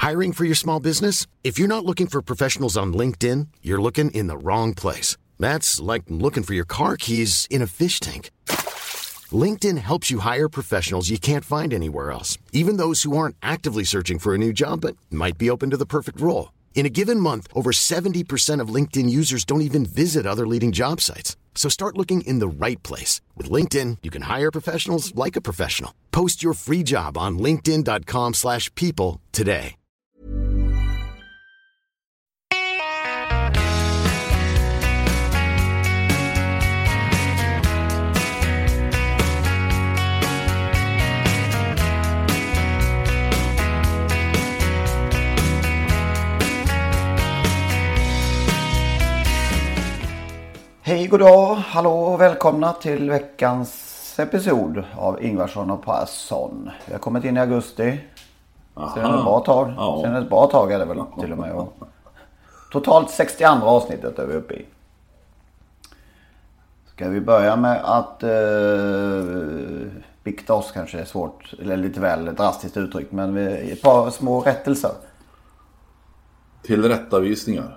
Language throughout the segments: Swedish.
Hiring for your small business? If you're not looking for professionals on LinkedIn, you're looking in the wrong place. That's like looking for your car keys in a fish tank. LinkedIn helps you hire professionals you can't find anywhere else, even those who aren't actively searching for a new job but might be open to the perfect role. In a given month, over 70% of LinkedIn users don't even visit other leading job sites. So start looking in the right place. With LinkedIn, you can hire professionals like a professional. Post your free job on linkedin.com/people today. Hej, god dag, hallå och välkomna till veckans episod av Ingvarsson och Persson. Vi har kommit in i augusti. Sen ett bra tag. Ja. Sen ett bra tag är det väl till och med. Och totalt 62 avsnittet är vi uppe i. Ska vi börja med att bikta oss, kanske är svårt eller lite väl drastiskt uttryck, men ett par små rättelser. Tillrättavisningar.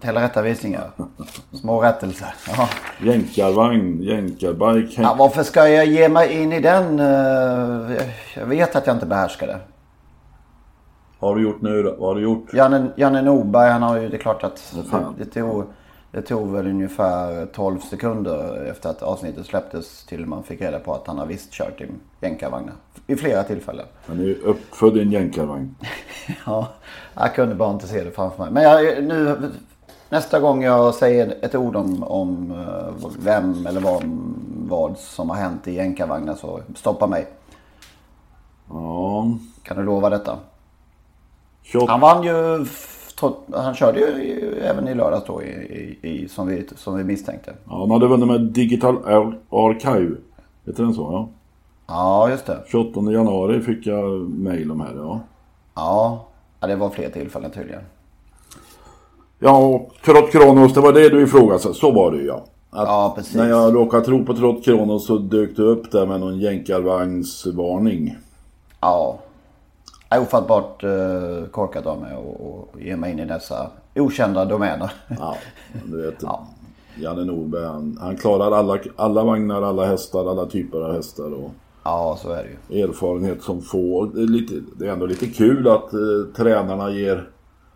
Små rättelser. Ja. Jänkarvagn, jänkarbike. Ja, varför ska jag ge mig in i den? Jag vet att jag inte behärskar det. Vad har du gjort nu då? Vad har du gjort? Janne Norberg, han har ju, det är klart att det tog väl ungefär 12 sekunder efter att avsnittet släpptes till man fick reda på att han har visst kört i jänkarvagnar. I flera tillfällen. Han är ju uppfödd i en jänkarvagn. Ja, jag kunde bara inte se det framför mig. Men nu... Nästa gång jag säger ett ord om vem eller vad som har hänt i jänkarvagnar, så stoppa mig. Ja. Kan du lova detta? Han vann ju, han körde ju även i lördags då som vi misstänkte. Ja, han hade vunnit med Digital Archive. Heter den så, ja? Ja, just det. 28 januari fick jag mejl om här, ja. Ja, det var fler tillfällen tydligen. Ja, Trott Kronos, det var det du ifrågasatte. Så var det ju, ja. Ja, precis. När jag råkade tro på Trott Kronos så dök det upp där med någon jänkarvagnsvarning. Ja. Jag är ofattbart korkat av mig och ge mig in i dessa okända domäner. Ja, du vet. Ja. Janne Norberg, han klarar alla vagnar, alla hästar, alla typer av hästar. Och ja, så är det ju. Erfarenhet som få. Det är ändå lite kul att tränarna ger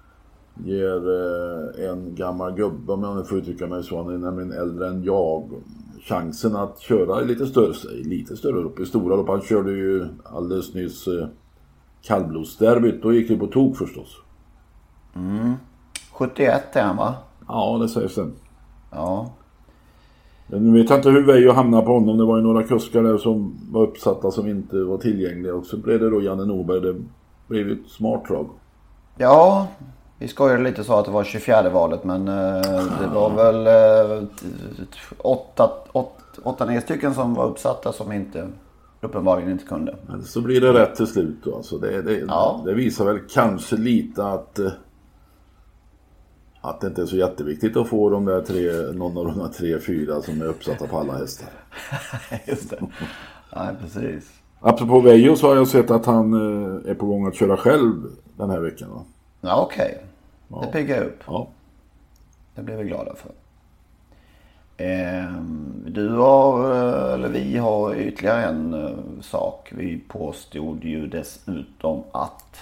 en gammal gubbe, om jag nu får uttrycka mig så, han är nämligen äldre än jag, chansen att köra lite större upp i stora lopp. Han körde ju alldeles nyss kallblodsderbyt, då gick det på tok förstås. 71 är han, va? Ja, det sägs sen. Ja. Nu vet jag inte hur Veijo hamnade på honom. Det var ju några kuskar där som var uppsatta som inte var tillgängliga, och så blev det då Janne Norberg. Det blev ju ett smart drag. Ja, vi skojade lite så att det var 24 valet, men det var väl 8-9 stycken som var uppsatta som inte uppenbarligen inte kunde. Men så blir det rätt till slut då. Alltså det visar väl kanske lite att det inte är så jätteviktigt att få någon av de 3-4 som är uppsatta på alla hästar. Just det. Nej, precis. Apropå Veijo så har jag sett att han är på gång att köra själv den här veckan, va? Ja, okej. Det piggar upp. Ja. Det blir vi glada för. Vi har ytterligare en sak. Vi påstod ju dessutom att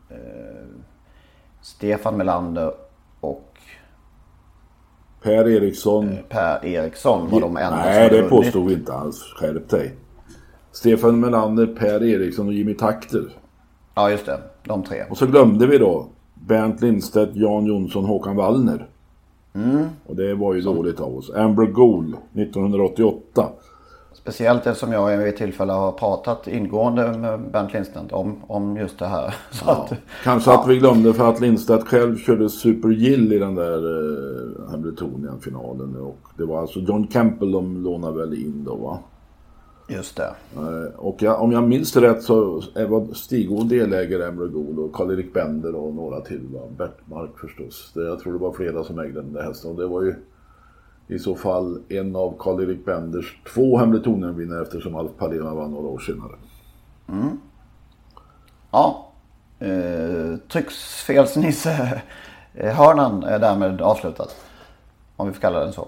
Stefan Melander och Per Eriksson var de enda. Nej, det påstod vi inte alls. Skärp dig. Stefan Melander, Per Eriksson och Jimmy Takter. Ja, just det. De 3. Och så glömde vi då Bernt Lindstedt, Jan Jonsson, Håkan Wallner. Och det var ju dåligt av oss. Amber Gould 1988. Speciellt eftersom jag vid ett tillfälle har pratat ingående med Bernt Lindstedt om just det här. Så att, kanske att vi glömde för att Lindstedt själv körde Super Gill i den där Hamiltonian-finalen. Och det var alltså John Campbell de lånade väl in då, va? Just det. Och om jag minns rätt så var Stig-O delägare, Amber Gould och Karl-Erik Bender och några till, va? Bert Mark förstås. Jag tror det var flera som ägde den där hästen, och det var ju i så fall en av Karl-Erik Benders 2 Hamiltonian-vinnare, eftersom Alf Palema vann några år senare. Ja, Trycksfelsnisse hörnan är därmed avslutat. Om vi får kalla den så.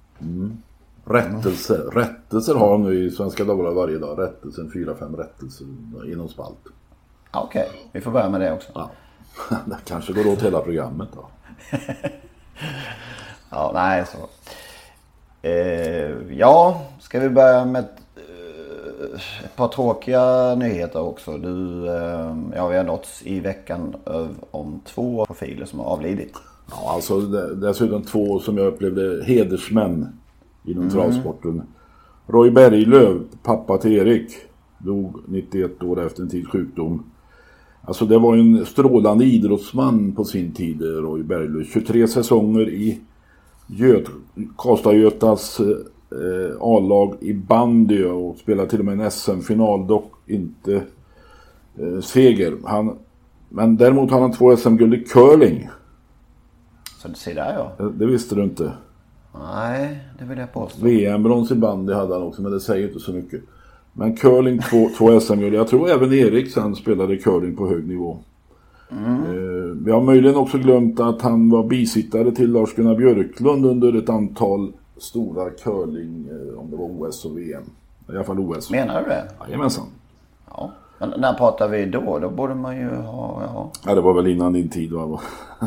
Rättelser har de i Svenska Dagbladet varje dag. Rättelsen, 4-5 rättelser inom spalt. Okej, vi får börja med det också. Ja. Det kanske går åt hela programmet då. Ja, nej så. Ja, ska vi börja med ett par tråkiga nyheter också. Vi har nåtts i veckan om 2 profiler som har avlidit. Ja, alltså dessutom 2 som jag upplevde hedersmän inom travsporten. Roy Berglöf, pappa till Erik, dog 91 år efter en tids sjukdom. Alltså det var en strålande idrottsman på sin tid, Roy Berglöf. 23 säsonger i Karlstad-Götas A-lag i bandy och spelade till och med en SM-final, dock inte seger. Men däremot har han 2 SM-guld i curling. Så du ser där, ja. Det visste du inte. Nej, det vill jag påstå. VM-brons i bandy hade han också, men det säger inte så mycket. Men curling 2 SM-guld. Jag tror även Erik sen spelade curling på hög nivå. Vi har möjligen också glömt att han var bisittare till Lars-Gunnar Björklund under ett antal stora curling, om det var OS och VM. I alla fall OS. Menar du det? Jajamensan. Ja. Men när pratar vi då? Då borde man ju ha... Ja, det var väl innan din tid, va?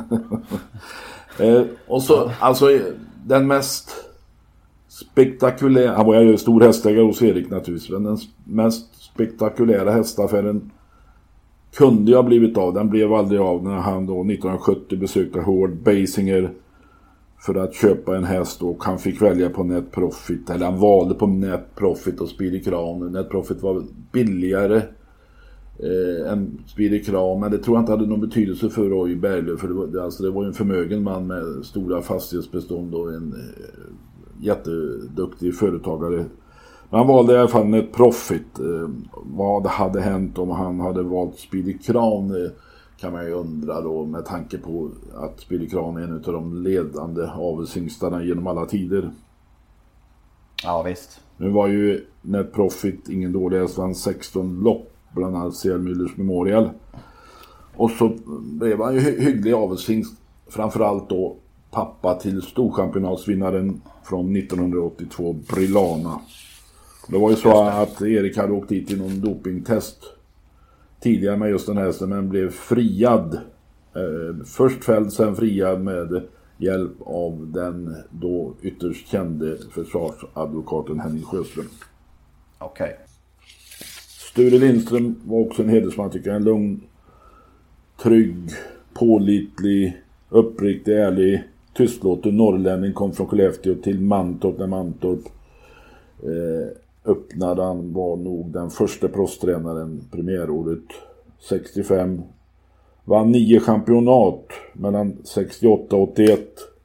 Och så, alltså den mest spektakulära, han var ju stor hästägare hos Erik naturligtvis, men den mest spektakulära hästaffären kunde jag ha blivit av. Den blev aldrig av när han då 1970 besökte Howard Basinger för att köpa en häst, och han fick välja på Net Profit, eller han valde på Net Profit och Speedy Crown. Net Profit var billigare än Speedy Crown, men det tror jag inte hade någon betydelse för Roy Berglöf, för det var ju en förmögen man med stora fastighetsbestånd och en jätteduktig företagare. Men han valde i alla fall Net Profit. Vad hade hänt om han hade valt Speedy Crown kan man ju undra då, med tanke på att Speedy Crown är en av de ledande avelshingstarna genom alla tider. Ja, visst. Nu var ju Net Profit ingen dålig häst, vann 16 lopp, bland annat C.L. Müllers Memorial. Och så blev han ju hygglig avelshingst, framförallt då pappa till storchampionatsvinnaren från 1982, Brilana. Det var ju så att Erik hade åkt dit i någon dopingtest tidigare med just den här, men blev friad. Först fälld, sen friad med hjälp av den då ytterst kände försvarsadvokaten Henning Sjöström. Okej. Sture Lindström var också en hedersman, tycker jag. En lugn, trygg, pålitlig, uppriktig, ärlig, tystlåten norrlänning, kom från Skellefteå till Mantorp. När Mantorp öppnade, han var nog den första proffstränaren premiäråret 65. Vann 9 championat mellan 68 och 81.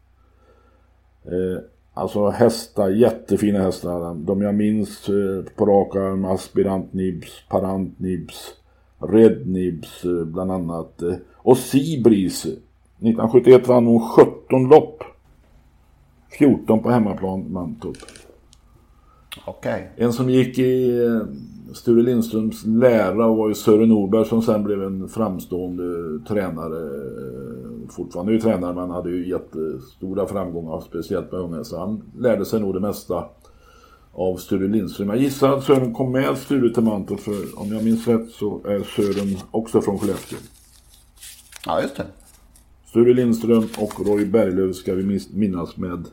Alltså hästar, jättefina hästar. De jag minns på rak arm: Aspirant Nibs, Parant Nibs, Red Nibs bland annat. Och Seabreeze 1971 vann hon 17 lopp. 14 på hemmaplan, Mantorp. Okej. En som gick i Sture Lindströms lära var ju Sören Norberg, som sen blev en framstående tränare. Fortfarande är ju tränare, men hade ju jättestora framgångar, speciellt med unga. Så han lärde sig nog det mesta av Sture Lindström. Jag gissar att Sören kom med Sture till Mantorp, för om jag minns rätt så är Sören också från Skellefteå. Ja, just det. Sture Lindström och Roy Berglöf ska vi minnas med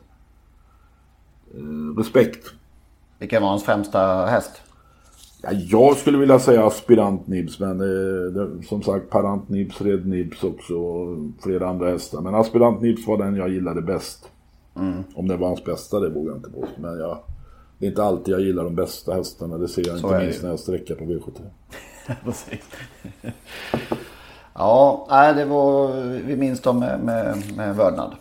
respekt. Vilken var hans främsta häst? Ja, jag skulle vilja säga Aspirant Nibs, men som sagt Parant Nibs, Red Nibs också, och flera andra hästar. Men Aspirant Nibs var den jag gillade bäst. Om det var hans bästa, det vågar jag inte på. Men det är inte alltid jag gillar de bästa hästarna. Det ser jag inte minst när jag sträcker på V70. Precis. Ja, nej, det var, vi minns dem med vördnad.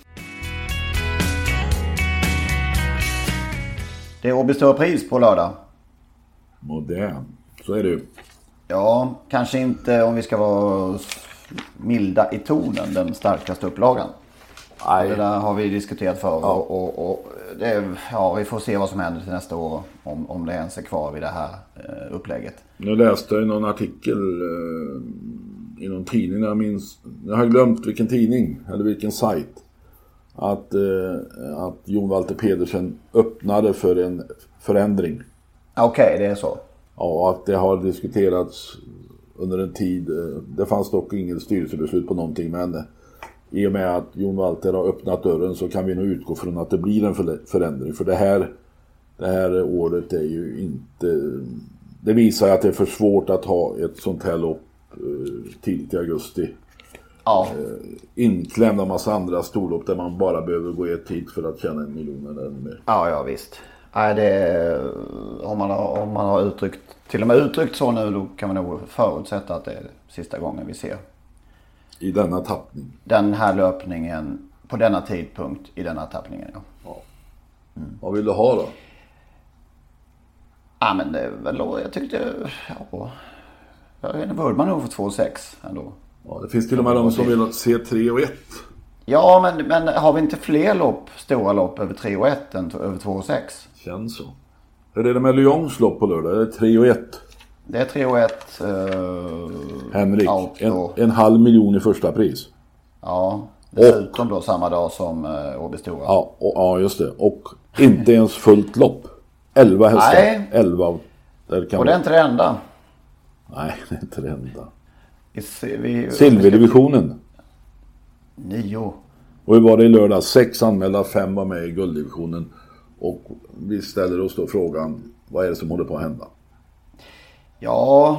Det är Åby Stora Pris på lördag. Modern, så är det ju. Ja, kanske inte, om vi ska vara milda i tonen, den starkaste upplagan. Nej. Det där har vi diskuterat för. Ja. Och det, vi får se vad som händer till nästa år, om det ens är kvar vid det här upplägget. Nu läste jag någon artikel i någon tidning, jag har glömt vilken tidning eller vilken sajt, att Jon Walter Pedersen öppnade för en förändring. Okej, det är så. Ja, att det har diskuterats under en tid. Det fanns dock ingen styrelsebeslut på någonting, men i och med att Jon Walter har öppnat dörren så kan vi nog utgå från att det blir en förändring. För det här året är ju inte... Det visar att det är för svårt att ha ett sånt här lopp tidigt i augusti. Ja. Inklämda en massa andra storlopp där man bara behöver gå ett hit för att tjäna 1 miljon eller mer. Ja, visst. Om man har till och med uttryckt så nu, då kan man nog förutsätta att det är sista gången vi ser. I denna tappning. Den här löpningen på denna tidpunkt i denna tappningen, ja. Vad vill du ha då? Ja, men det är väl då, jag tyckte, jag vet inte, borde man nog få 2,6 ändå. Ja, det finns till och med de som vill se 3,1. Ja, men har vi inte fler stora lopp över 3,1 än över 2,6? Känns så. Hur är det med Lyons lopp på lördag? Det är 3,1. Det är 3,1. Henrik, en halv miljon i första pris. Ja, dessutom då samma dag som Åby Stora. Ja, just det. Och inte ens fullt lopp. 11 hästar. Nej. 11. Och det är inte det enda. Nej, det är inte det enda. Silverdivisionen. 9. Och hur var det i lördag? 6 anmälda, 5 var med i gulddivisionen. Och vi ställer oss då frågan, vad är det som håller på att hända? Ja,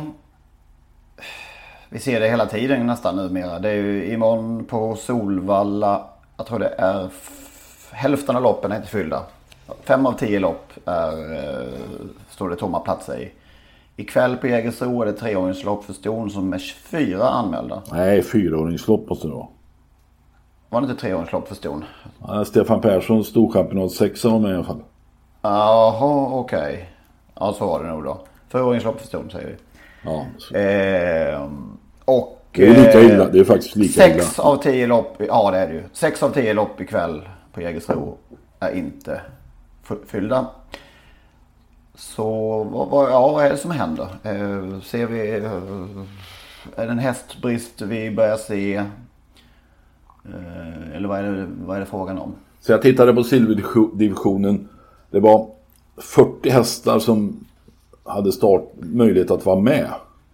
vi ser det hela tiden nästan numera. Det är ju imorgon på Solvalla. Jag tror det är hälften av loppen är inte fyllda. 5 av 10 lopp står det tomma platser i. Ikväll på Jägersro är det 3-åringslopp för ston som är 4 anmälda. Nej, 4-åringslopp måste det vara. Var det inte 3-åringslopp för ston? Ja, Stefan Persson, storchampionat 6 var med i alla fall. Jaha, okej. Ja, så var det nog då. 4-åringslopp för ston säger vi. Ja. Och det är lika illa, det är faktiskt lika 6 av 10 lopp, ja det är det ju. 6 av 10 lopp ikväll på Jägersro är inte fyllda. Så vad är det som händer? Ser vi, är det en hästbrist vi börjar se? Eller vad är det frågan om? Så jag tittade på silverdivisionen. Det var 40 hästar som hade möjlighet att vara med.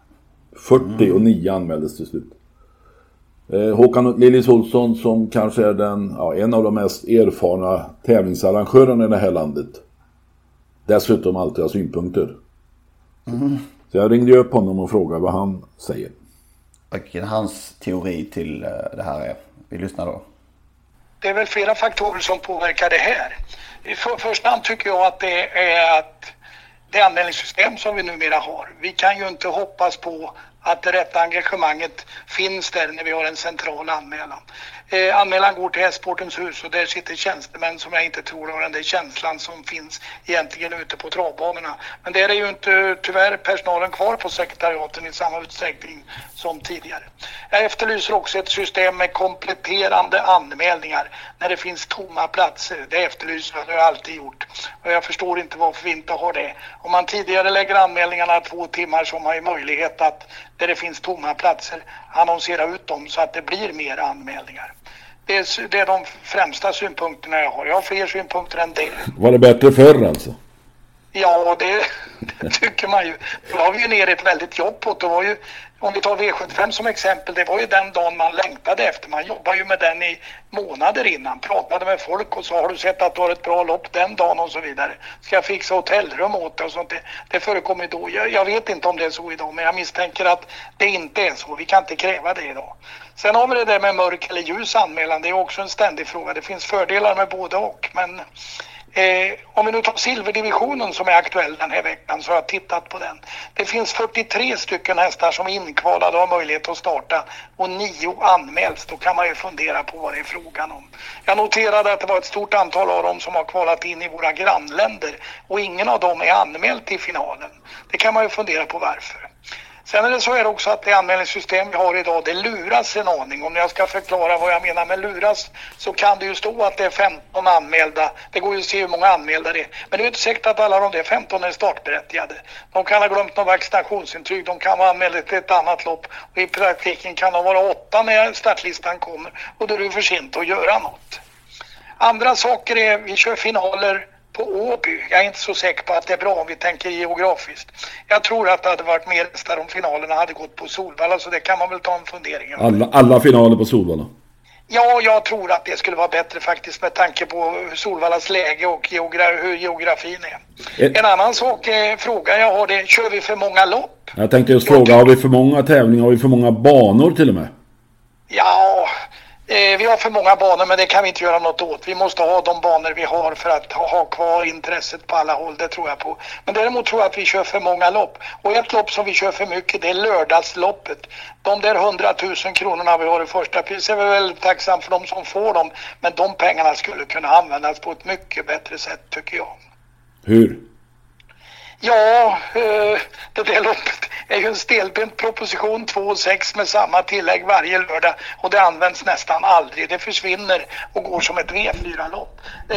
40 och 9 anmäldes till slut. Håkan Lillis Olsson som kanske är en av de mest erfarna tävlingsarrangörerna i det här landet. Dessutom alltid har synpunkter. Så jag ringde upp honom och frågade vad han säger. Vilken hans teori till det här är. Vi lyssnar då. Det är väl flera faktorer som påverkar det här. I första hand tycker jag att det är att det anmälningssystem som vi numera har. Vi kan ju inte hoppas på att det rätta engagemanget finns där när vi har en central anmälan. Anmälan går till Hästsportens hus och där sitter tjänstemän som jag inte tror har den där känslan som finns egentligen ute på travbanorna. Men där är ju inte tyvärr personalen kvar på sekretariaten i samma utsträckning som tidigare. Jag efterlyser också ett system med kompletterande anmälningar när det finns tomma platser. Det efterlyser jag, det har jag alltid gjort. Och jag förstår inte varför vi inte har det. Om man tidigare lägger anmälningarna 2 timmar så har man ju möjlighet att där det finns tomma platser annonsera ut dem så att det blir mer anmälningar. Det är de främsta synpunkterna jag har. Jag har fler synpunkter än det. Var det bättre förr alltså? Ja, det tycker man ju. Då har vi ju ner ett väldigt jobb på det. Var ju, om vi tar V75 som exempel, det var ju den dagen man längtade efter. Man jobbar ju med den i månader innan. Pratade med folk och så har du sett att du har ett bra lopp den dagen och så vidare. Ska jag fixa hotellrum åt det och sånt. Det förekommer då. Jag vet inte om det är så idag, men jag misstänker att det inte är så. Vi kan inte kräva det idag. Sen har vi det där med mörk eller ljus anmälan. Det är också en ständig fråga. Det finns fördelar med både och, men om vi nu tar silverdivisionen som är aktuell den här veckan så har jag tittat på den. Det finns 43 stycken hästar som är inkvalade och har möjlighet att starta och 9 anmäls. Då kan man ju fundera på vad det är frågan om. Jag noterade att det var ett stort antal av dem som har kvalat in i våra grannländer och ingen av dem är anmäld till finalen. Det kan man ju fundera på varför. Sen är det så också att det anmälningssystem vi har idag, det luras en aning. Om jag ska förklara vad jag menar med luras, så kan det ju stå att det är 15 anmälda. Det går ju att se hur många anmälda det är. Men det är inte säkert att alla de där 15 är startberättigade. De kan ha glömt någon vaccinationsintyg, de kan vara anmälda till ett annat lopp. Och i praktiken kan de vara 8 när startlistan kommer. Och då är det för sent att göra något. Andra saker är, vi kör finaler på Åby. Jag är inte så säker på att det är bra om vi tänker geografiskt. Jag tror att det hade varit mer där om finalerna hade gått på Solvalla, så det kan man väl ta en fundering över. Alla finaler på Solvalla? Ja, jag tror att det skulle vara bättre faktiskt med tanke på Solvallas läge och hur geografin är. En annan fråga jag har, det kör vi för många lopp? Jag tänkte just fråga, har vi för många tävlingar, har vi för många banor till och med? Ja, vi har för många banor, men det kan vi inte göra något åt. Vi måste ha de banor vi har för att ha kvar intresset på alla håll, det tror jag på. Men däremot tror jag att vi kör för många lopp. Och ett lopp som vi kör för mycket, det är lördagsloppet. De där 100 000 kronorna vi har i första pris är vi väldigt tacksam för de som får dem. Men de pengarna skulle kunna användas på ett mycket bättre sätt, tycker jag. Hur? Ja, det där loppet är ju en stelbent proposition 2,6 med samma tillägg varje lördag, och det används nästan aldrig. Det försvinner och går som ett V4-lopp.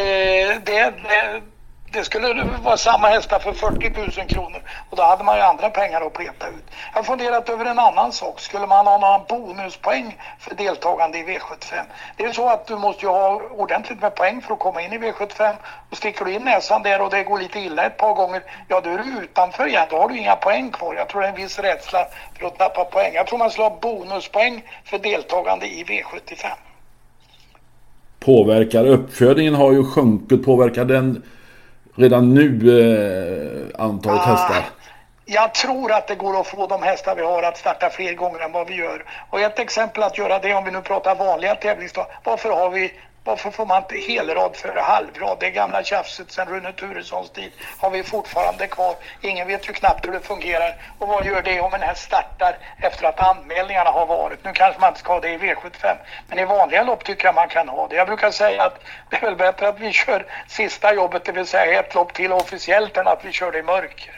Det skulle vara samma hästar för 40 000 kronor, och då hade man ju andra pengar att peta ut. Jag har funderat över en annan sak. Skulle man ha någon bonuspoäng för deltagande i V75? Det är så att du måste ju ha ordentligt med poäng för att komma in i V75, och sticker du in näsan där och det går lite illa ett par gånger, ja då är du utanför igen, då har du inga poäng kvar. Jag tror det är en viss rädsla för att tappa poäng. Jag tror man skulle ha bonuspoäng för deltagande i V75. Påverkar uppfödningen, har ju sjunkit, påverkar den redan nu antalet hästar? Jag tror att det går att få de hästar vi har att starta fler gånger än vad vi gör. Och ett exempel att göra det, om vi nu pratar vanliga tävlingsdag, varför får man inte helrad före halvrad? Det gamla tjafset sedan Rune Turessons tid har vi fortfarande kvar. Ingen vet ju knappt hur det fungerar. Och vad gör det om en häst startar efter att anmälningarna har varit? Nu kanske man inte ska ha det i V75. Men i vanliga lopp tycker jag man kan ha det. Jag brukar säga att det är väl bättre att vi kör sista jobbet, det vill säga ett lopp till officiellt, än att vi kör det i mörker.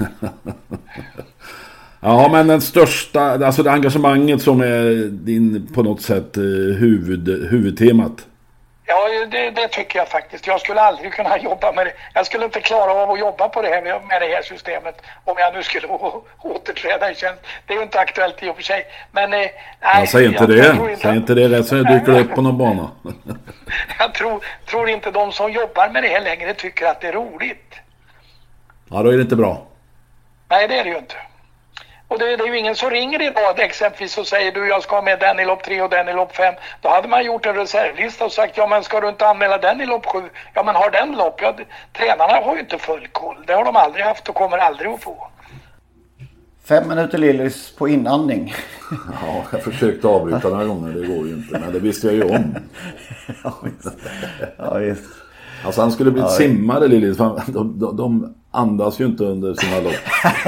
Ja, men den största, alltså det engagemanget som är din på något sätt huvudtemat. Ja, det tycker jag faktiskt. Jag skulle aldrig kunna jobba med det. Jag skulle inte klara av att jobba på det här med det här systemet om jag nu skulle återträda i tjänst. Det är ju inte aktuellt i och för sig. Men nej, säg inte det rätt så dyker det upp på någon bana. Jag tror inte de som jobbar med det här längre tycker att det är roligt. Ja, då är det inte bra. Nej, det är det ju inte. Och det är ju ingen som ringer idag exempelvis och säger du, jag ska ha med den i lopp 3 och den i lopp 5. Då hade man gjort en reservlista och sagt, ja men ska du inte anmäla den i lopp 7? Ja men har den lopp? Ja, tränarna har ju inte full koll. Det har de aldrig haft och kommer aldrig att få. 5 minuter Lillis på inandning. Ja, jag försökte avbryta några gånger, det går ju inte. Men det visste jag ju om. Ja, visst. Alltså han skulle bli simmare Lillis. De andas ju inte under sina lopp.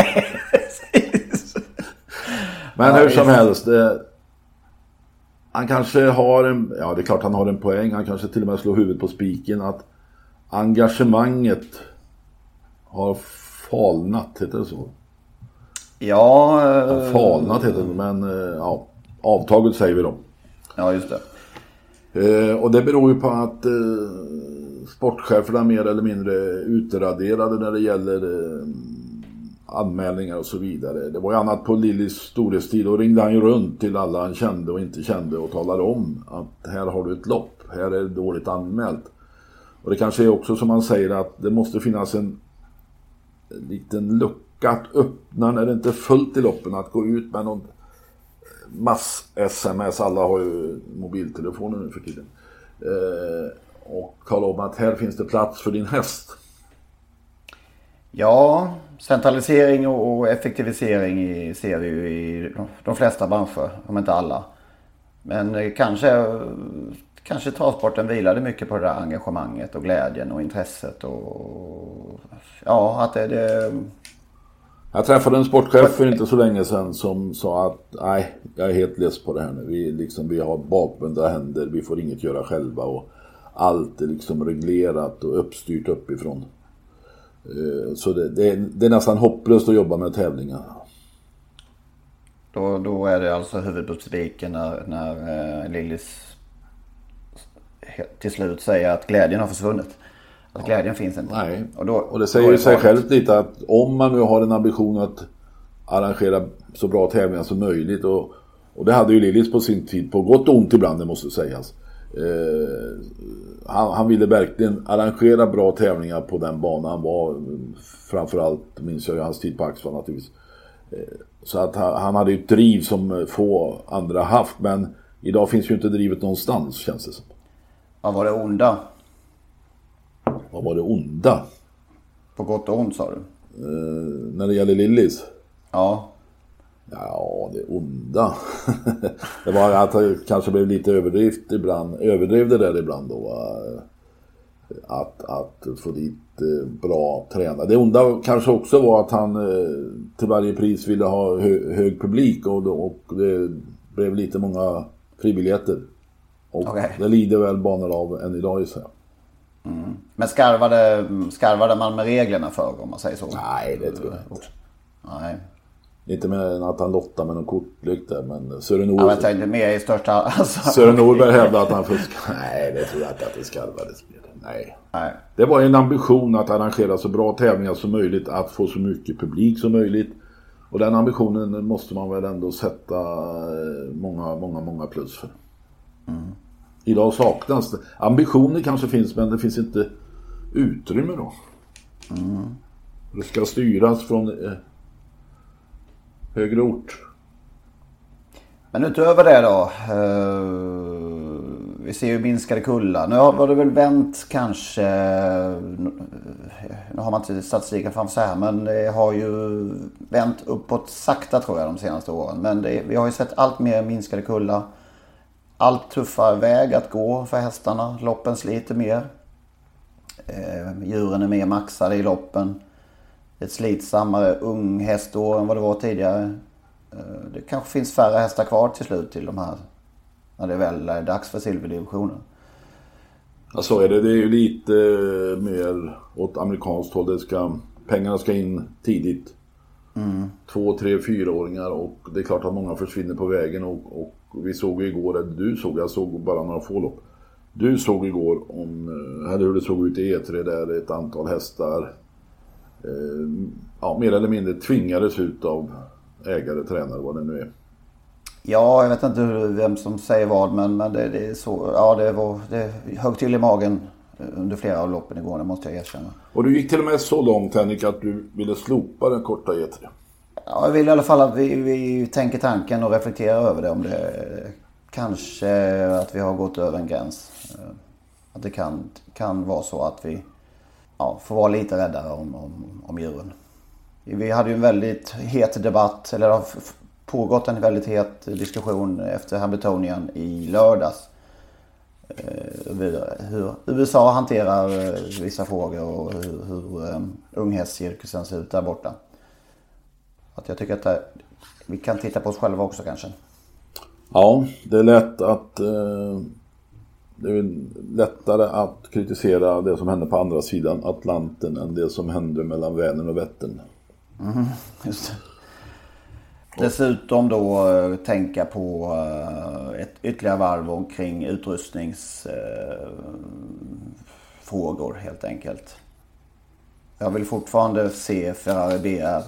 Men hur som helst, han kanske har det är klart han har en poäng, han kanske till och med slår huvudet på spiken, att engagemanget har falnat, heter det så? Ja, falnat heter det, men avtaget säger vi då. Ja, just det. Och det beror ju på att sportcheferna mer eller mindre utraderade när det gäller anmälningar och så vidare. Det var ju annat på Lillis storhetstid, och ringde han ju runt till alla han kände och inte kände och talade om att här har du ett lopp, här är det dåligt anmält. Och det kanske är också som han säger att det måste finnas en liten lucka att öppna när det inte är fullt i loppen, att gå ut med någon mass-sms, alla har ju mobiltelefoner nu för tiden, och tala om att här finns det plats för din häst. Ja, centralisering och effektivisering ser vi ju i de flesta branscher, om inte alla. Men kanske travsporten vilade mycket på det där engagemanget och glädjen och intresset och att det... Jag träffade en sportchef för inte så länge sedan som sa att nej, jag är helt less på det här nu. Vi har bakbundna händer, vi får inget göra själva och allt är liksom reglerat och uppstyrt uppifrån. Så det är nästan hopplöst att jobba med tävlingar. Då är det alltså huvudet på spiken när Lillis till slut säger att glädjen har försvunnit. Att glädjen finns inte. Nej, och det säger ju sig självt lite att om man nu har en ambition att arrangera så bra tävlingar som möjligt och det hade ju Lillis på sin tid, på gott och ont ibland, det måste sägas. Han ville verkligen arrangera bra tävlingar på den banan han var, framförallt minns jag ju hans tid på Axvall naturligtvis. Så att han hade ju ett driv som få andra haft, men idag finns ju inte drivet någonstans, känns det som. Vad var det onda? Vad var det onda? På gott och ont, sa du? När det gäller Lillis? Ja. Ja, det onda. Det var att det kanske blev lite överdrev det där ibland då. Att få dit bra tränare. Det onda kanske också var att han till varje pris ville ha hög publik och det blev lite många fribiljetter. Och det lider väl banor av än idag, så. Mm. Men skarvade man med reglerna för, om man säger så? Nej, det tror jag inte. Nej. Inte med att han lottar med någon kortlykt där, men Sören Norberg... Jag vet inte mer i största... Alltså. Sören Norberg hävdade att han fuskade. Nej, det tror jag inte att det skarvades med. Nej. Det var en ambition att arrangera så bra tävlingar som möjligt, att få så mycket publik som möjligt. Och den ambitionen måste man väl ändå sätta många plus för. Mm. Idag saknas det. Ambitioner kanske finns, men det finns inte utrymme då. Mm. Det ska styras från högre ort. Men utöver det då, vi ser ju minskade kullar. Nu har det väl vänt kanske, nu har man inte statistiken framför sig här, men det har ju vänt uppåt sakta tror jag de senaste åren. Men vi har ju sett allt mer minskade kullar. Allt tuffare väg att gå för hästarna. Loppen sliter mer. Djuren är mer maxade i loppen. Ett slitsammare ung hästår än vad det var tidigare. Det kanske finns färre hästar kvar till slut till de här. När det väl är dags för silverdivisionen. Ja, så är det. Det är ju lite mer åt amerikanskt håll. Pengarna ska in tidigt. 2, 3, 4-åringar. Och det är klart att många försvinner på vägen. Och vi såg igår, jag såg bara några få lopp. Du såg igår hur det såg ut i E3 där ett antal hästar mer eller mindre tvingades ut av ägare, tränare, vad det nu är. Ja, jag vet inte vem som säger vad, men det är så. Ja, det högg till i magen under flera av loppen igår, det måste jag erkänna. Och du gick till och med så långt, Henrik, att du ville slopa den korta E3. Ja, jag vill i alla fall att vi tänker tanken och reflekterar över det. Om det kanske att vi har gått över en gräns. Att det kan vara så att vi får vara lite räddare om djuren. Vi hade ju en väldigt het debatt, eller det har pågått en väldigt het diskussion efter Hambletonian i lördags. Hur USA hanterar vissa frågor och hur unghästcirkusen ser ut där borta. Att jag tycker att vi kan titta på oss själva också kanske. Ja, det är lätt att det är lättare att kritisera det som händer på andra sidan Atlanten än det som händer mellan Vänern och Vättern. Just det. Dessutom då tänka på ett ytterligare varv omkring utrustningsfrågor helt enkelt. Jag vill fortfarande se Ferrari BR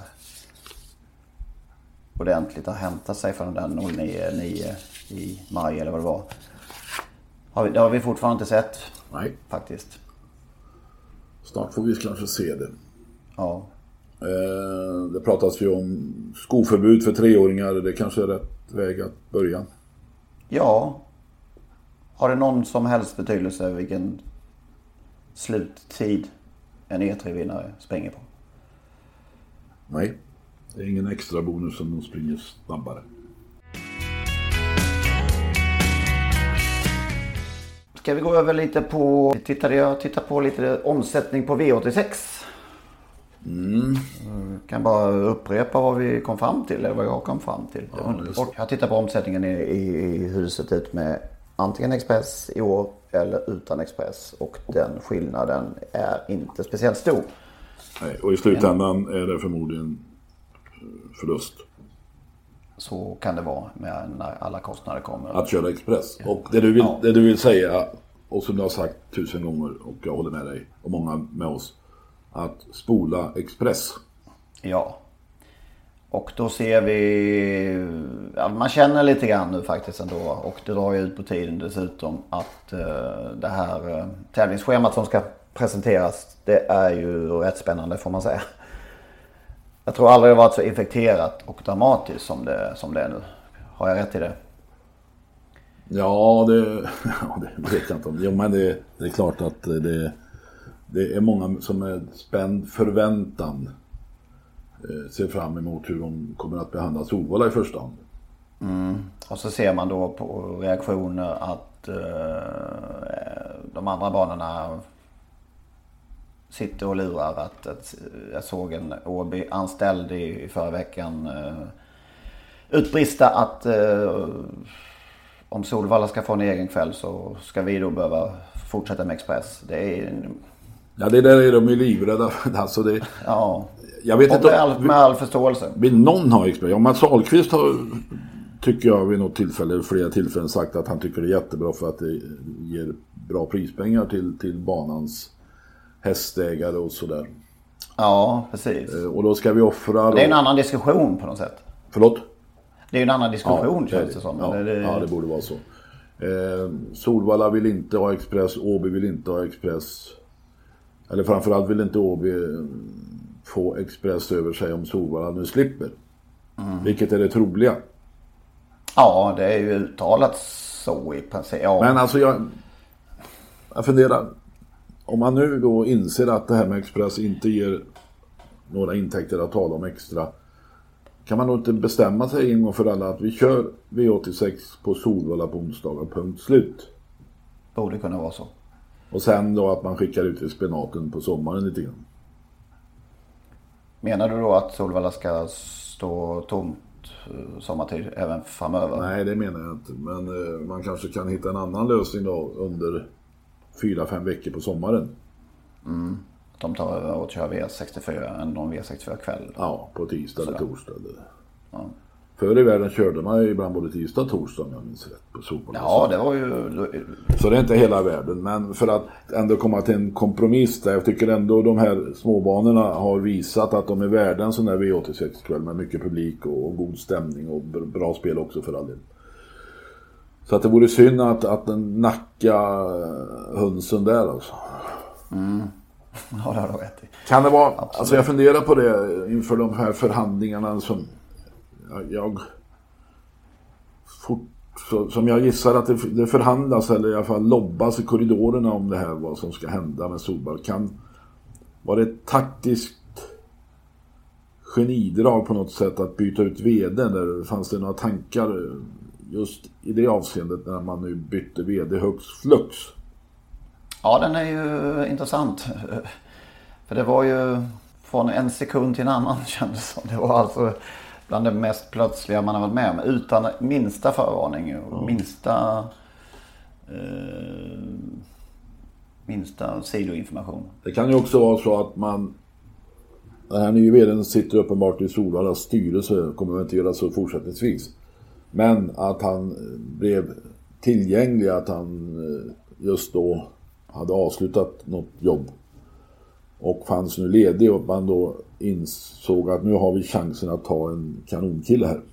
ordentligt att hämta sig från den 09 i maj eller vad det var. Det har vi fortfarande inte sett. Nej. Faktiskt. Snart får vi kanske se det. Ja. Det pratas ju om skoförbud för 3-åringar. Det kanske är rätt väg att börja. Ja. Har det någon som helst betydelse vilken sluttid en E3-vinnare springer på? Nej. Det är ingen extra bonus om de springer snabbare. Ska vi gå över lite på... Jag tittar på lite omsättning på V86. Kan bara upprepa vad vi kom fram till, eller vad jag kom fram till. Jag tittar på omsättningen i hur det sett ut med antingen Express i år eller utan Express. Och den skillnaden är inte speciellt stor. Nej, och i slutändan är det förmodligen förlust. Så kan det vara när alla kostnader kommer. Att köra Express. Och det du vill säga, och som du har sagt 1000 gånger, och jag håller med dig och många med oss, att spola Express. Ja. Och då ser vi, man känner lite grann nu faktiskt ändå, och det drar ju ut på tiden dessutom, att det här tävlingsschemat som ska presenteras, det är ju rätt spännande får man säga. Jag tror aldrig det varit så infekterat och dramatiskt som det är nu. Har jag rätt i det? Ja, det vet jag inte om. Jo, men det är klart att det är många som är spänd förväntan ser fram emot hur de kommer att behandla Solvalla i första hand. Och så ser man då på reaktioner att de andra banorna sitter och lurar. Att jag såg en Åby-anställd i förra veckan utbrista att om Solvalla ska få en egen kväll så ska vi då behöva fortsätta med Express. Ja, det där är de ju livrädda. Alltså det... Ja. Jag vet inte med all förståelse. Vill någon ha Express? Ja, Mats Ahlqvist har, tycker jag, vid något tillfälle, flera tillfällen sagt att han tycker det är jättebra för att det ger bra prispengar till banans hästägare och sådär. Ja, precis. Och då ska vi offra... Det är en annan diskussion på något sätt. Förlåt? Det är en annan diskussion, känns det som. Ja, det borde vara så. Solvalla vill inte ha Express, Åby vill inte ha Express. Eller framförallt vill inte Åby få Express över sig om Solvalla nu slipper. Vilket är det troliga. Ja, det är ju uttalat så i princip. Ja. Men alltså jag funderar. Om man nu då inser att det här med Express inte ger några intäkter att tala om extra, kan man då inte bestämma sig en gång för alla att vi kör V86 på Solvalla på onsdagar, punkt slut? Borde kunna vara så. Och sen då att man skickar ut i spenaten på sommaren lite grann. Menar du då att Solvalla ska stå tomt sommartid även framöver? Nej, det menar jag inte. Men man kanske kan hitta en annan lösning då under 4-5 veckor på sommaren. De tar över och kör V64 än någon V64 kväll. Ja, på tisdag eller torsdag. Ja. Förr i världen körde man ju ibland både tisdag och torsdag om jag minns rätt på Solvalla. Ja, det var ju... Så det är inte hela världen. Men för att ändå komma till en kompromiss där, jag tycker ändå de här småbanorna har visat att de är värda en sån här V86-kväll med mycket publik och god stämning och bra spel också för all del. Så att det vore synd att nacka hönsen där alltså. Ja, det har du rätt i. Kan det vara, absolut. Alltså jag funderar på det inför de här förhandlingarna som som jag gissar att det förhandlas eller i alla fall lobbas i korridorerna om det här, vad som ska hända med Solvalla. Var det ett taktiskt genidrag på något sätt att byta ut vd, eller fanns det några tankar just i det avseendet när man nu bytte vd högst flux? Ja, den är ju intressant. För det var ju från en sekund till en annan kändes som. Det var alltså bland det mest plötsliga man har varit med om. Utan minsta förvarning och minsta sidoinformation. Det kan ju också vara så att den här nya vdn sitter uppenbart i Solvallas styrelse, kommer väl inte göra så fortsättningsvis. Men att han blev tillgänglig, att han just då hade avslutat något jobb och fanns nu ledig, och man då insåg att nu har vi chansen att ta en kanonkille här.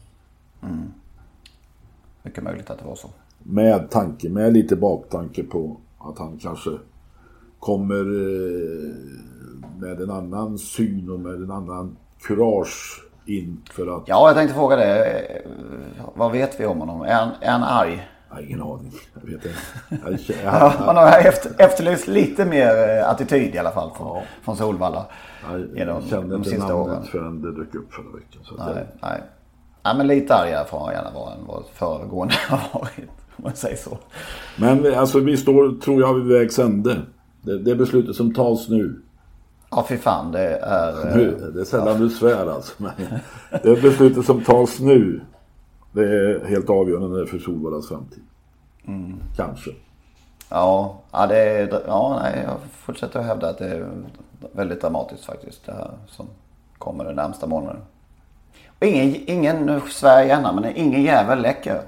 Mycket möjligt att det var så. Med lite baktanke på att han kanske kommer med en annan syn och med en annan kurage in för att... Ja, jag tänkte fråga det. Vad vet vi om honom? Är han arg? Jag har ingen aning. Jag vet inte. Man har efterlyst lite mer attityd i alla fall från Solvalla. Jag kände inte namnet förrän det dök upp förra veckan. Så nej. Ja, men lite argare får han gärna vara än vad föregående har varit, om man säger så. Men alltså vi står, tror jag, vid vägs ände. Det beslutet som tas nu. Ja, för fan, det är... Det är sällan du svär alltså. Men det beslutet som tas nu, det är helt avgörande för Solvallas framtid. Kanske. Ja, jag fortsätter att hävda att det är väldigt dramatiskt faktiskt, det här som kommer den närmsta månaden. Ingen svär gärna, men ingen jävel läcker.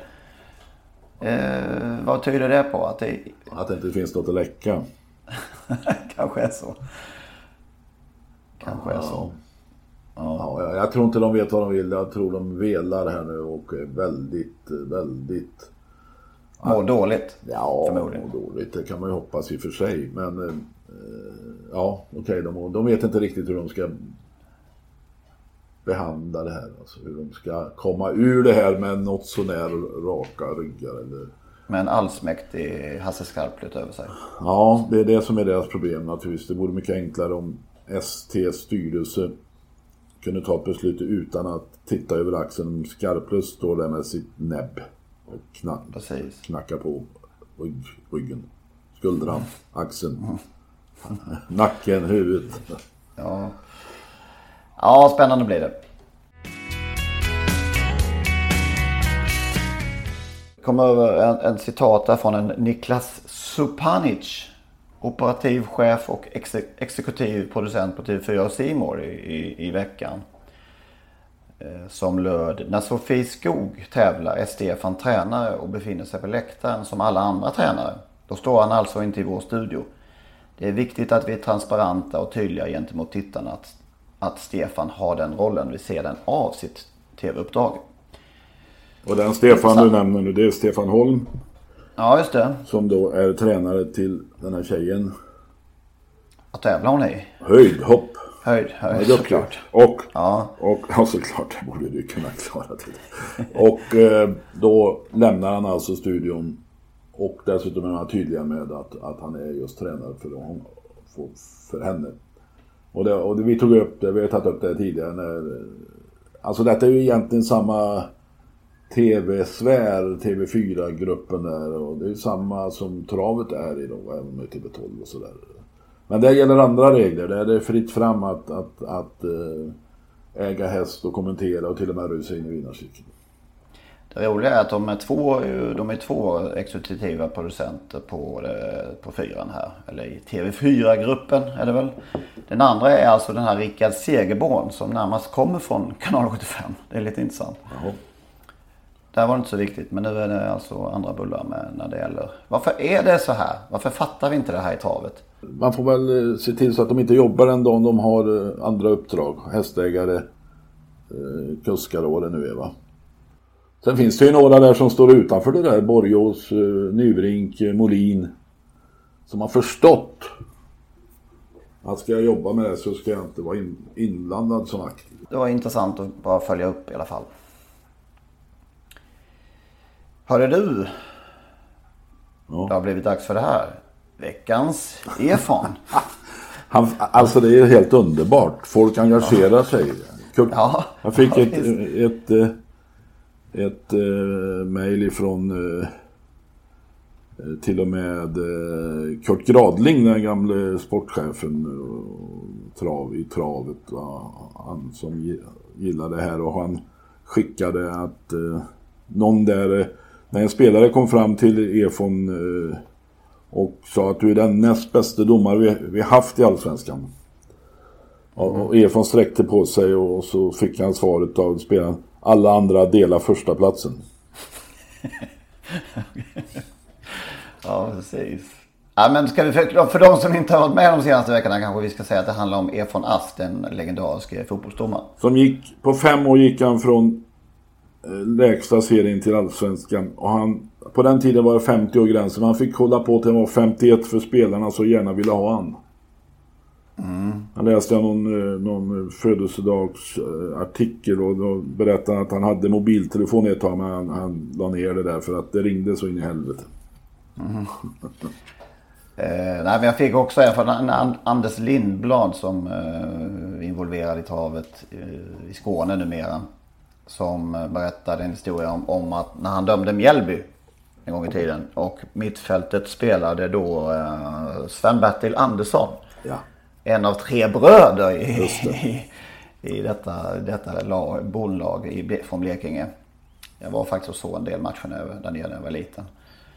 Vad tyder det på? Att det inte finns något att läcka. Kanske är så. Kanske är så. Ja, jag tror inte de vet vad de vill. Jag tror de velar här nu och är väldigt... Mår dåligt. Ja, förmodligen. Mår dåligt. Det kan man ju hoppas i och för sig. Men okej, de vet inte riktigt hur de ska behandla det här. Alltså hur de ska komma ur det här med något sånär raka ryggar. Eller... Med en allsmäktig Hasse Skarplet över sig. Ja, det är det som är deras problem naturligtvis. Det vore mycket enklare om ST:s styrelse kunde ta ett beslut utan att titta över axeln. Skarplös står där med sitt näbb och knackar på ryggen, skuldran, axeln, nacken, huvudet. Ja, spännande blir det. Kom över en citat där från en Niklas Supanic, operativ chef och exekutiv producent på TV4 och C More i veckan. Som löd: när Sofie Skog tävlar är Stefan tränare och befinner sig på läktaren som alla andra tränare. Då står han alltså inte i vår studio. Det är viktigt att vi är transparenta och tydliga gentemot tittarna att Stefan har den rollen. Vi ser den av sitt tv-uppdrag. Och den Stefan du nämner nu, det är Stefan Holm. Ja, just det. Som då är tränare till den här tjejen. Vad tävlar hon i? Höjdhopp. Höjd, såklart. Och såklart, det borde du kunna klara till. Och då lämnar han alltså studion. Och dessutom är han tydliga med att han är just tränare för henne. Och vi tog upp det, vi har tagit upp det tidigare. Alltså detta är ju egentligen samma TV-svär, TV4-gruppen där. Och det är samma som travet är idag, även med TV12 och sådär. Men det gäller andra regler. Det är fritt fram att äga häst och kommentera och till och med rusa in i vinnarcykeln. Det roliga är att de är två exekutiva producenter på fyran här. Eller i TV4-gruppen är det väl. Den andra är alltså den här Rickard Segerborn som närmast kommer från kanal 75. Det är lite intressant. Jaha. Där var det inte så viktigt, men nu är det alltså andra bullar med när det gäller. Varför är det så här? Varför fattar vi inte det här i travet? Man får väl se till så att de inte jobbar en dag om de har andra uppdrag. Hästägare, kuskar och vad det nu är, va. Sen finns det ju några där som står utanför det där. Borgås, Nybrink, Molin. Som har förstått att ska jag jobba med det så ska jag inte vara inblandad som aktiv. Det var intressant att bara följa upp i alla fall. Hörde du? Ja. Det har blivit dags för det här. Veckans Efon. Alltså det är helt underbart. Folk engagerar sig. Jag fick ett mejl ifrån till och med Kurt Gradling, den gamla sportchefen i travet. Han som gillade det här och han skickade att någon där, när en spelare kom fram till Efon och sa att du är den näst bästa domare vi haft i Allsvenskan. Och Efon sträckte på sig och så fick han svaret av spelaren: alla andra delar första platsen. Ja, precis. Ja, men ska vi för de som inte har varit med de senaste veckorna kanske vi ska säga att det handlar om Efon Ast, den legendariska fotbollsdomaren. Som på 5 år gick han från lägsta serien till Allsvenskan. Och på den tiden var det 50 år gränsen. Han fick hålla på till han var 51 för spelarna så gärna ville ha han. Han läste någon födelsedagsartikel och då berättade att han hade mobiltelefon ett tag, men han la ner det där för att det ringde så in i helvete. Nej, men jag fick också från Anders Lindblad som involverad i travet i Skåne numera, som berättade en historia om att när han dömde Mjällby en gång i tiden och mittfältet spelade då Sven-Bertil Andersson. Ja. En av 3 bröder i detta bolag från Blekinge. Jag var faktiskt och såg en del matcher där nere när jag var liten.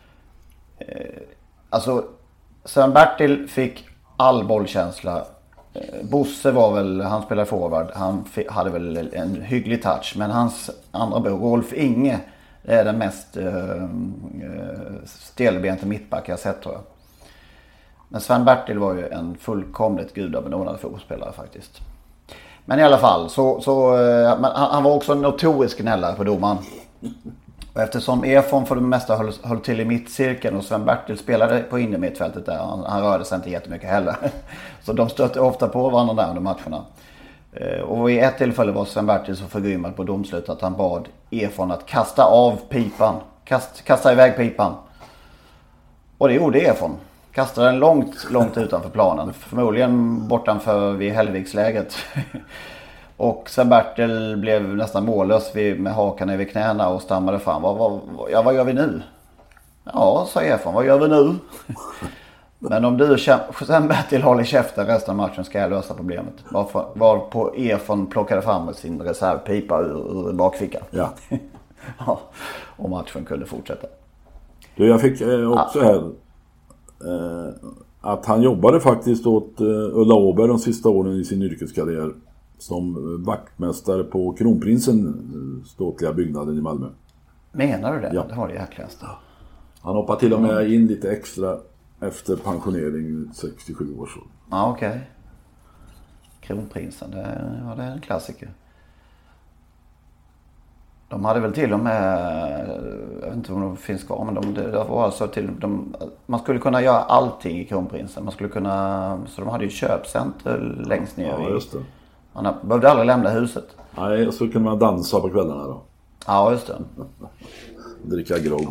Alltså Sven-Bertil fick all bollkänsla Bosse var väl, han spelade forward. Han hade väl en hygglig touch. Men hans andra bror, Rolf Inge, är den mest stelbenta mittback jag sett, tror jag. Men Sven-Bertil var ju en fullkomligt gudabenådad fotbollsspelare faktiskt. Men i alla fall, men han var också en notorisk gnällare på domaren. Och eftersom Efon för det mesta höll till i mittcirkeln och Sven-Bertil spelade på innermittfältet där, han rörde sig inte jättemycket heller. Så de stötte ofta på varandra där under matcherna. Och i ett tillfälle var Sven-Bertil så förgrymmad på domslutet att han bad Efon att kasta av pipan. Kasta iväg pipan. Och det gjorde Efon. Kastade den långt utanför planen. Förmodligen bortanför vid Hellviksläget. Och Sven-Bertil blev nästan mållös med hakan över knäna och stammade fram. Vad gör vi nu? Ja, sa Efon, vad gör vi nu? Men om du Sven-Bertil håller käften resten av matchen ska jag lösa problemet. Varpå Efon plockade fram sin reservpipa ur bakfickan. Ja. Ja, och matchen kunde fortsätta. Jag fick också här att han jobbade faktiskt åt Ulla Åberg de sista åren i sin yrkeskarriär som vaktmästare på Kronprinsen ståtliga byggnaden i Malmö. Menar du det? Ja. Det har det jäklaste. Han hoppade till och med in lite extra efter pensionering 67 års år. Ja, okej. Kronprinsen, det är en klassiker. De hade väl till och med, jag vet inte om de finns kvar, men det var alltså man skulle kunna göra allting i Kronprinsen. Så de hade ju köpcenter längst ner. Ja, just det. Man behövde aldrig lämna huset. Nej, så kunde man dansa på kvällarna då. Ja, just det. Dricka grogg.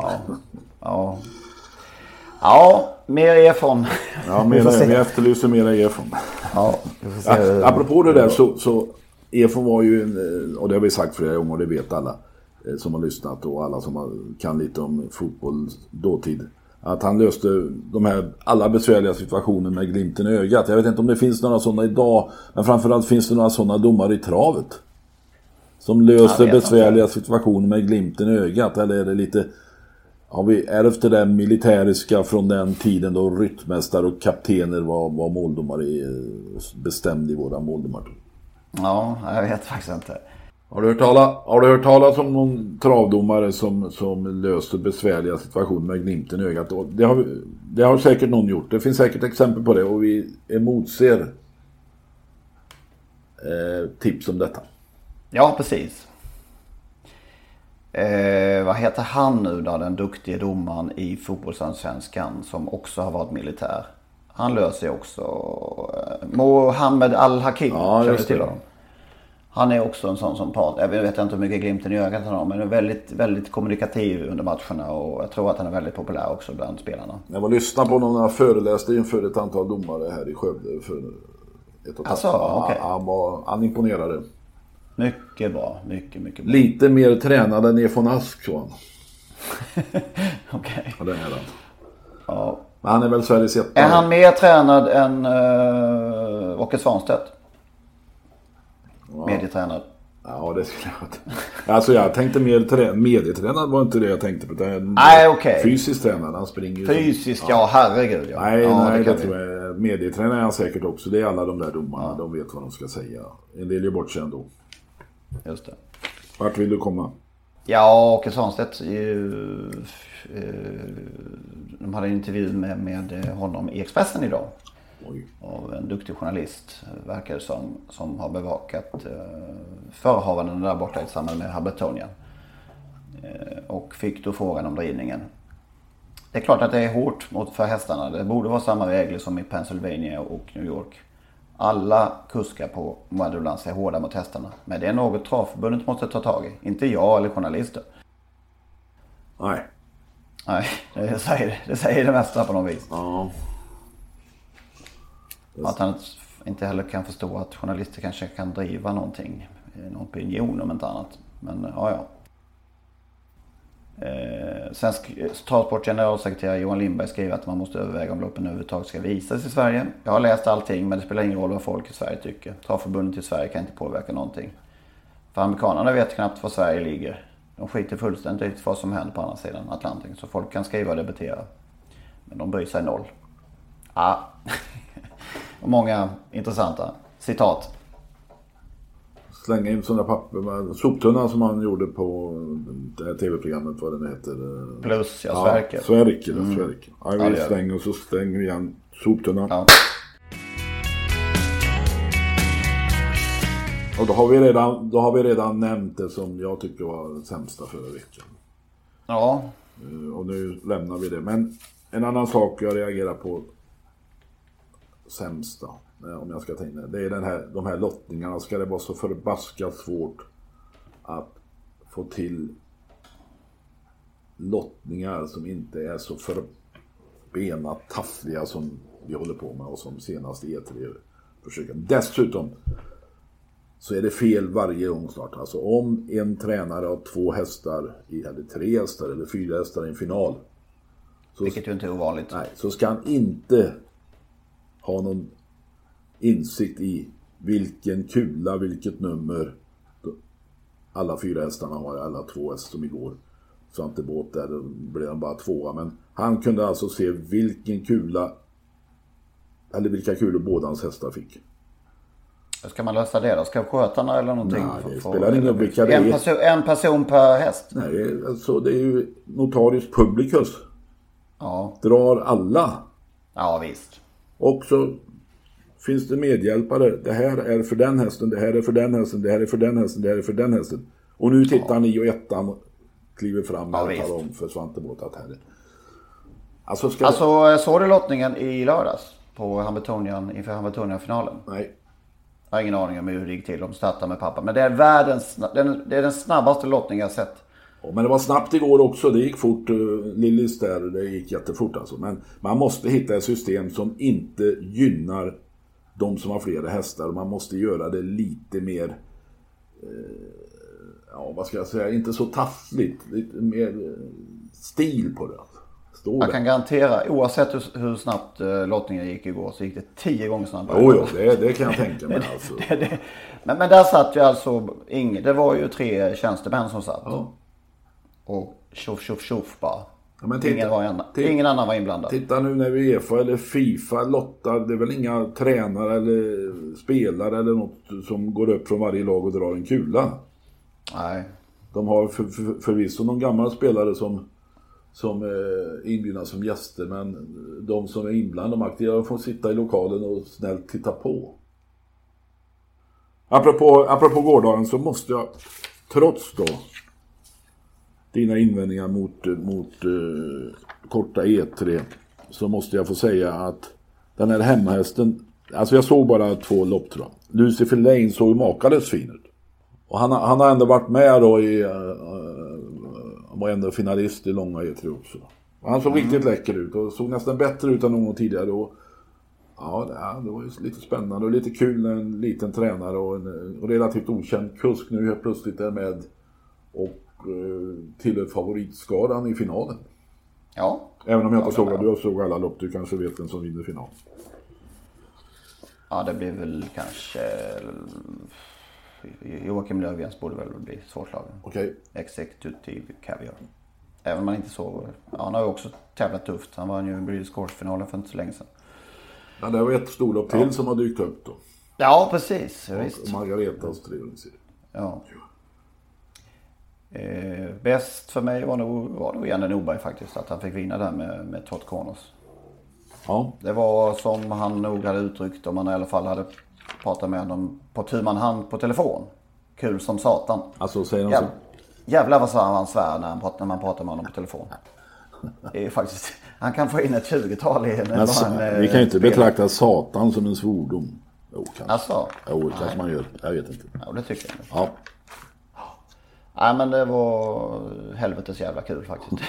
Ja, mer Efon. Ja, vi efterlyser mera Efon. Ja, vi får se. Apropå det där så Efon var ju och det har vi sagt flera gånger och det vet alla som har lyssnat och alla som kan lite om fotboll dåtid. Att han löste de här alla besvärliga situationer med glimten i ögat. Jag vet inte om det finns några sådana idag, men framförallt finns det några sådana domare i travet som löser besvärliga situationer med glimten i ögat. Eller är det lite, har vi ärvt det där militäriska från den tiden då ryttmästare och kaptener var måldomare bestämde i våra måldomar? Ja, jag vet faktiskt inte. Har du hört talas om någon travdomare som löste besvärliga situationer med glimten i ögat? Det har säkert någon gjort. Det finns säkert exempel på det och vi emotser tips om detta. Ja, precis. Vad heter han nu då, den duktiga domaren i fotbollsallsvenskan som också har varit militär? Han löser ju också Mohammed Al-Hakim. Ja, just det. Han är också en sån som part. Jag vet inte hur mycket glimten i ögat han har, men är väldigt, väldigt kommunikativ under matcherna och jag tror att han är väldigt populär också bland spelarna. Jag var lyssna på någon föreläste inför ett antal domare här i Skövde för ett och ett halvt. Okay. Han imponerade. Mycket bra, mycket bra. Lite mer tränad än Efon Ask, så han. Okej. Ja, det är han. Ja. Men han är väl Sveriges etta. Är han mer tränad än Åke Svanstedt? Ja. Medietränad. Ja, det skulle jag. Alltså jag tänkte mer medietränad var inte det jag tänkte på. Nej, okej. Fysiskt tränad, han springer. Fysiskt, ja herregud. Ja. Nej, det tror jag. Medietränad är han säkert också. Det är alla de där domarna, de vet vad de ska säga. En del är bort sig ändå. Just det. Vart vill du komma? Ja, Åke Svanstedt de hade en intervju med honom i Expressen idag. Oj. Av en duktig journalist, verkar som har bevakat förehavanden där borta i samband med Habetonia. Och fick då frågan om drivningen. Det är klart att det är hårt för hästarna. Det borde vara samma regler som i Pennsylvania och New York. Alla kuskar på Meadowlands är hårda mot hästarna. Men det är något travförbundet måste ta tag i. Inte jag eller journalister. Nej, det säger det mesta på något vis. Ja. Att han inte heller kan förstå att journalister kanske kan driva någonting. Någon opinion om inte annat. Men ja. Svensk travsport generalsekreterare Johan Lindberg skriver att man måste överväga om loppen överhuvudtaget ska visas i Sverige. Jag har läst allting, men det spelar ingen roll vad folk i Sverige tycker. Travförbundet i Sverige kan inte påverka någonting. För amerikanerna vet knappt var Sverige ligger. De skiter fullständigt i vad som händer på andra sidan Atlanten. Så folk kan skriva och debattera. Men de bryr sig noll. Och många intressanta citat. Slänga in sådana papper med soptunnan som han gjorde på det här tv-programmet, vad den heter. Plus, Sverker. Sverker. Ja, vi stänger och så stänger vi igen soptunnan. Ja. Och då har vi redan nämnt det som jag tycker var sämsta förra veckan. Ja. Och nu lämnar vi det. Men en annan sak jag reagerar på sämsta, om jag ska tänka, det är de här lottningarna. Ska det vara så förbaskat svårt att få till lottningar som inte är så förbenat taffliga som vi håller på med och som senast E3 försöker. Dessutom så är det fel varje gång snart. Alltså om en tränare har 2 hästar eller 3 hästar eller 4 hästar i en final. Så, vilket ju inte är ovanligt. Nej, så ska han inte ha någon insikt i vilken kula, vilket nummer alla 4 hästarna har, alla 2 hästar som igår. Svante Båt där blev han bara 2. Men han kunde alltså se vilken kula eller vilka kulor båda hans hästar fick. Ska man lösa det då? Ska skötarna eller någonting? Nej, det spelar ingen roll vilka det är. En person per häst? Nej, alltså det är ju notarius publicus. Ja. Drar alla. Ja, visst. Och så finns det medhjälpare. Det här är för den hästen, det här är för den hästen, det här är för den hästen, det här är för den hästen. Och nu tittar 9 och 1 kliver fram och talar om för Svante Båt att här är. Alltså såg du lottningen i lördags på Hamiltonian inför Hamiltonian-finalen? Nej. Jag har ingen aning om hur det gick till. De startade med pappa. Men det är den snabbaste lottning jag sett. Ja, men det var snabbt igår också. Det gick fort. Lillis där, det gick jättefort alltså. Men man måste hitta ett system som inte gynnar de som har flera hästar. Man måste göra det lite mer vad ska jag säga, inte så taffligt. Lite mer stil på det. Jag kan garantera, oavsett hur snabbt lottningen gick igår, så gick det 10 gånger snabbare. Jo, det kan jag tänka mig alltså. Men där satt ju alltså det var ju 3 tjänstemän som satt. Ja. Och tjoff bara. Ja, men ingen annan var inblandad. Titta nu när vi UEFA eller FIFA lottar, det är väl inga tränare eller spelare eller något som går upp från varje lag och drar en kula. Nej. De har förvisso någon gammal spelare som inbjudna som gäster, men de som är inblandade, de aktiva, får sitta i lokalen och snällt titta på. Apropå gårdagen, så måste jag, trots då dina invändningar mot korta E3, så måste jag få säga att den här hemmahästen, alltså jag såg bara 2 lopp tror jag. Lucifer Lane såg ju makalöst fin ut. Och han har ändå varit med då han var ändå finalist i långa E3 också. Och han såg riktigt läcker ut och såg nästan bättre ut än någon tidigare. Och det var ju lite spännande och lite kul när en liten tränare och en relativt okänd kusk nu helt plötsligt är med och tillhör favoritskadan i finalen. Ja. Även om jag inte såg att du såg alla lopp, du kanske vet vem som vinner finalen. Ja, det blir väl kanske Joakim Löfgrens borde väl bli svårslagen. Okej. Executive Caviar. Även om man inte såg. Ja, han har ju också tävlat tufft. Han var ju i Breeders' Course-finalen för inte så länge sedan. Ja, det var ett storlopp till som har dykt upp då. Ja, precis. Ja, visst. Margaretas 300-serie. Ja. Bäst för mig var nog Janne Norberg faktiskt. Att han fick vinna där med Todd Kronos. Ja. Det var som han nog hade uttryckt, om man i alla fall hade pratat med honom på tu man hand på telefon. Kul som satan. Alltså säger han så. Jävlar vad han svär när man pratar med honom på telefon. Det är faktiskt, han kan få in ett 20-tal i en. Alltså, vi kan ju inte betrakta satan som en svordom. Jo, kanske. Alltså? Jo, kanske man gör. Jag vet inte. Ja, det tycker jag. Ja. Nej, men det var helvetes jävla kul faktiskt.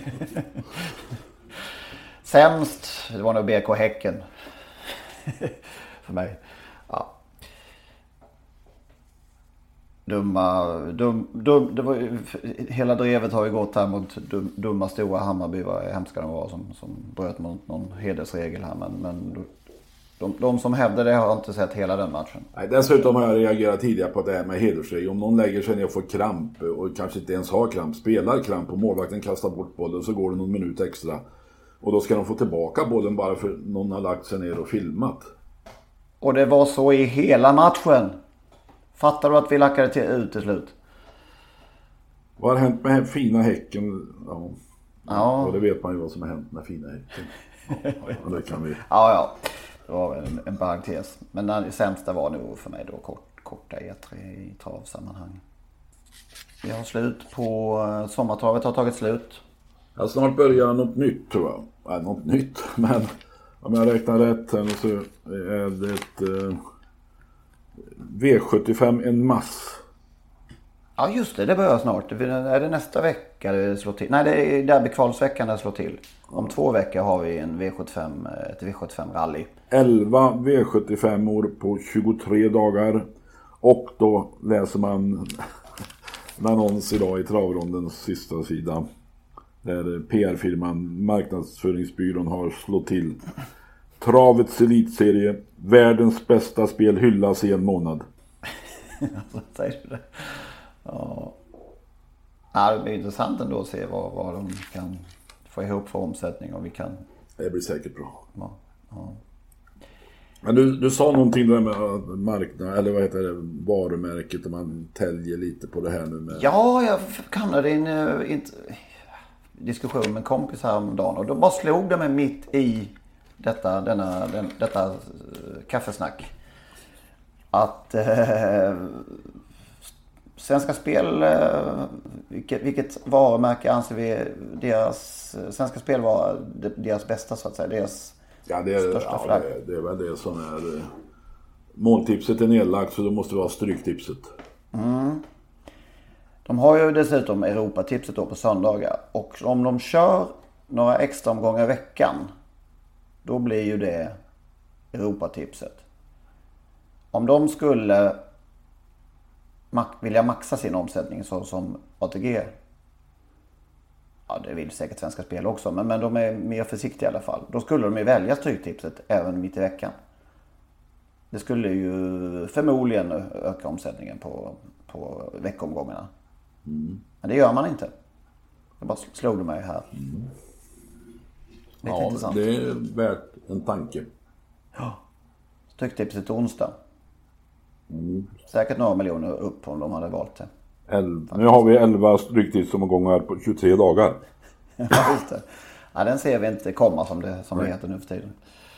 Sämst, det var nog BK Häcken. För mig. Ja. Det var, hela drevet har ju gått här mot dumma stora Hammarby, vad hemska de var som bröt mot någon hedersregel här, men de som hävdar det har inte sett hela den matchen. Nej, dessutom har jag reagerat tidigare på det här med hedersregel. Om någon lägger sig ner och får kramp och kanske inte ens har kramp, spelar kramp och målvakten kastar bort bollen, så går det någon minut extra och då ska de få tillbaka bollen bara för någon har lagt sig ner och filmat. Och det var så i hela matchen. Fattar du att vi lackade ut till slut? Vad har hänt med fina Häcken? Ja, det vet man ju vad som har hänt med fina Häcken. Ja, det kan vi. Ja. Det var en parentes. Men det sämsta var nog för mig då korta E3 i travsammanhang. Vi har slut på sommartravet har tagit slut. Ja, snart börjar något nytt tror jag. Nej, något nytt. Men om jag räknar rätt här så är det ett V75 en mass. Ja just det börjar snart. Är det nästa vecka det slår till? Nej, det är derbykvalsveckan det slår till. Om 2 veckor har vi ett V75-rally. 11 V75-år på 23 dagar. Och då läser man en annons idag i travrondens sista sida. Där PR-firman Marknadsföringsbyrån har slått till. Travets elitserie. Världens bästa spel hyllas i en månad. Säger du det? Ja, det blir intressant ändå att se vad de kan få ihop för omsättning och vi kan... Det blir säkert bra. Ja. Men du sa någonting där med marknad, eller vad heter det, varumärket, och man täljer lite på det här nu med... Ja, jag hamnade i en diskussion med en kompis häromdagen och då bara slog det mig mitt i detta kaffesnack. Att Svenska Spel, vilket varumärke anser vi Svenska Spel var deras bästa så att säga, deras största flagg? Det är väl det som är måltipset är nedlagt, så då måste det vara stryktipset. De har ju dessutom Europatipset då på söndagar, och om de kör några extra omgångar i veckan då blir ju det Europatipset. Om de skulle vilja maxa sin omsättning så som ATG, ja det vill säkert Svenska Spel också, men de är mer försiktiga i alla fall. Då skulle de ju välja stryktipset även mitt i veckan. Det skulle ju förmodligen öka omsättningen på veckomgångarna. Men det gör man inte. Det bara slog det mig här. Ja, intressant. Det är värt en tanke. Ja. Stryktipset onsdag. Säkert några miljoner upp om de hade valt det. Nu har vi 11 stryktipsomgångar på 23 dagar. Ja, just det. Ja, den ser vi inte komma som det heter nu för tiden.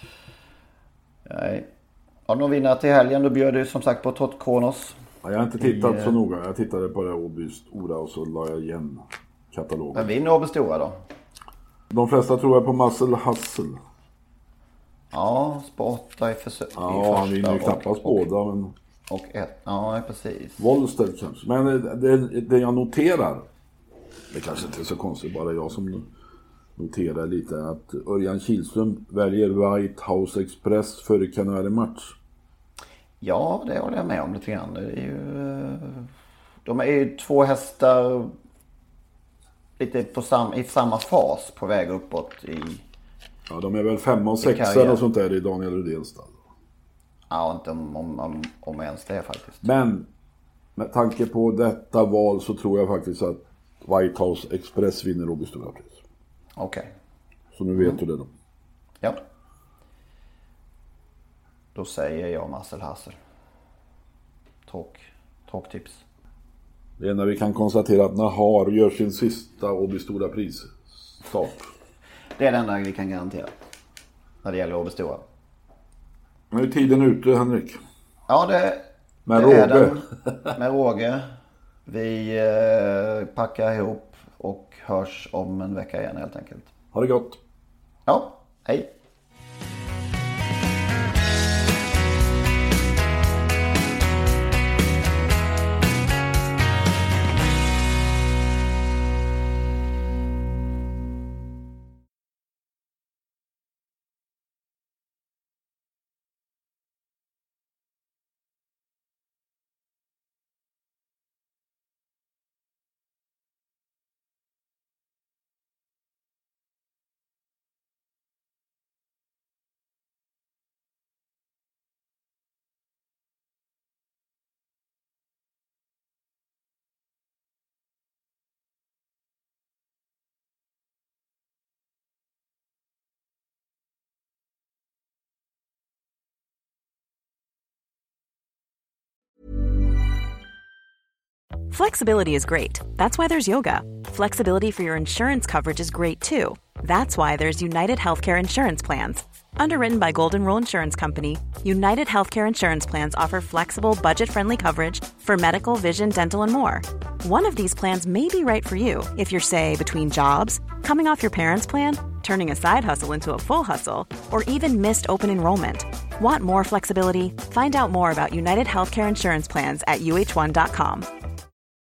Nej. Har någon vinnare till helgen? Då bjöd du som sagt på Trott Kronos. Ja, jag har inte tittat så noga. Jag tittade på det Åby Stora och så la jag igen katalogen. Men vinner Åby Stora då? De flesta tror jag på Muscle Hustle. Ja, sporta i första. Ja, han vinner ju knappast båda. Men... Och ett. Ja, precis. Wollstedt kanske. Men det jag noterar, det kanske inte är så konstigt, bara jag som noterar lite, att Örjan Kihlström väljer White House Express före Canary Match. Ja, det håller jag med om lite grann. Det är ju, de är ju 2 hästar lite i samma fas på väg uppåt i... Ja, de är väl 5 och 6 och sånt där i Daniel Rudéns stall. Ja, inte om ens det faktiskt. Men med tanke på detta val så tror jag faktiskt att White House Express vinner Åby Stora pris. Okej. Så nu vet du det då. Ja. Då säger jag Marcel Hassel. Tråktips. Det är när vi kan konstatera att Nahar gör sin sista Åby Stora pris start. Det är det enda vi kan garantera när det gäller Åby Stora. Nu är tiden ute, Henrik. Ja, det med råge. Är den. Med råge. Vi packar ihop och hörs om en vecka igen helt enkelt. Ha det gott. Ja, hej. Flexibility is great. That's why there's yoga. Flexibility for your insurance coverage is great too. That's why there's United Healthcare Insurance Plans. Underwritten by Golden Rule Insurance Company, United Healthcare Insurance Plans offer flexible, budget-friendly coverage for medical, vision, dental, and more. One of these plans may be right for you if you're, say, between jobs, coming off your parents' plan, turning a side hustle into a full hustle, or even missed open enrollment. Want more flexibility? Find out more about United Healthcare Insurance Plans at uh1.com.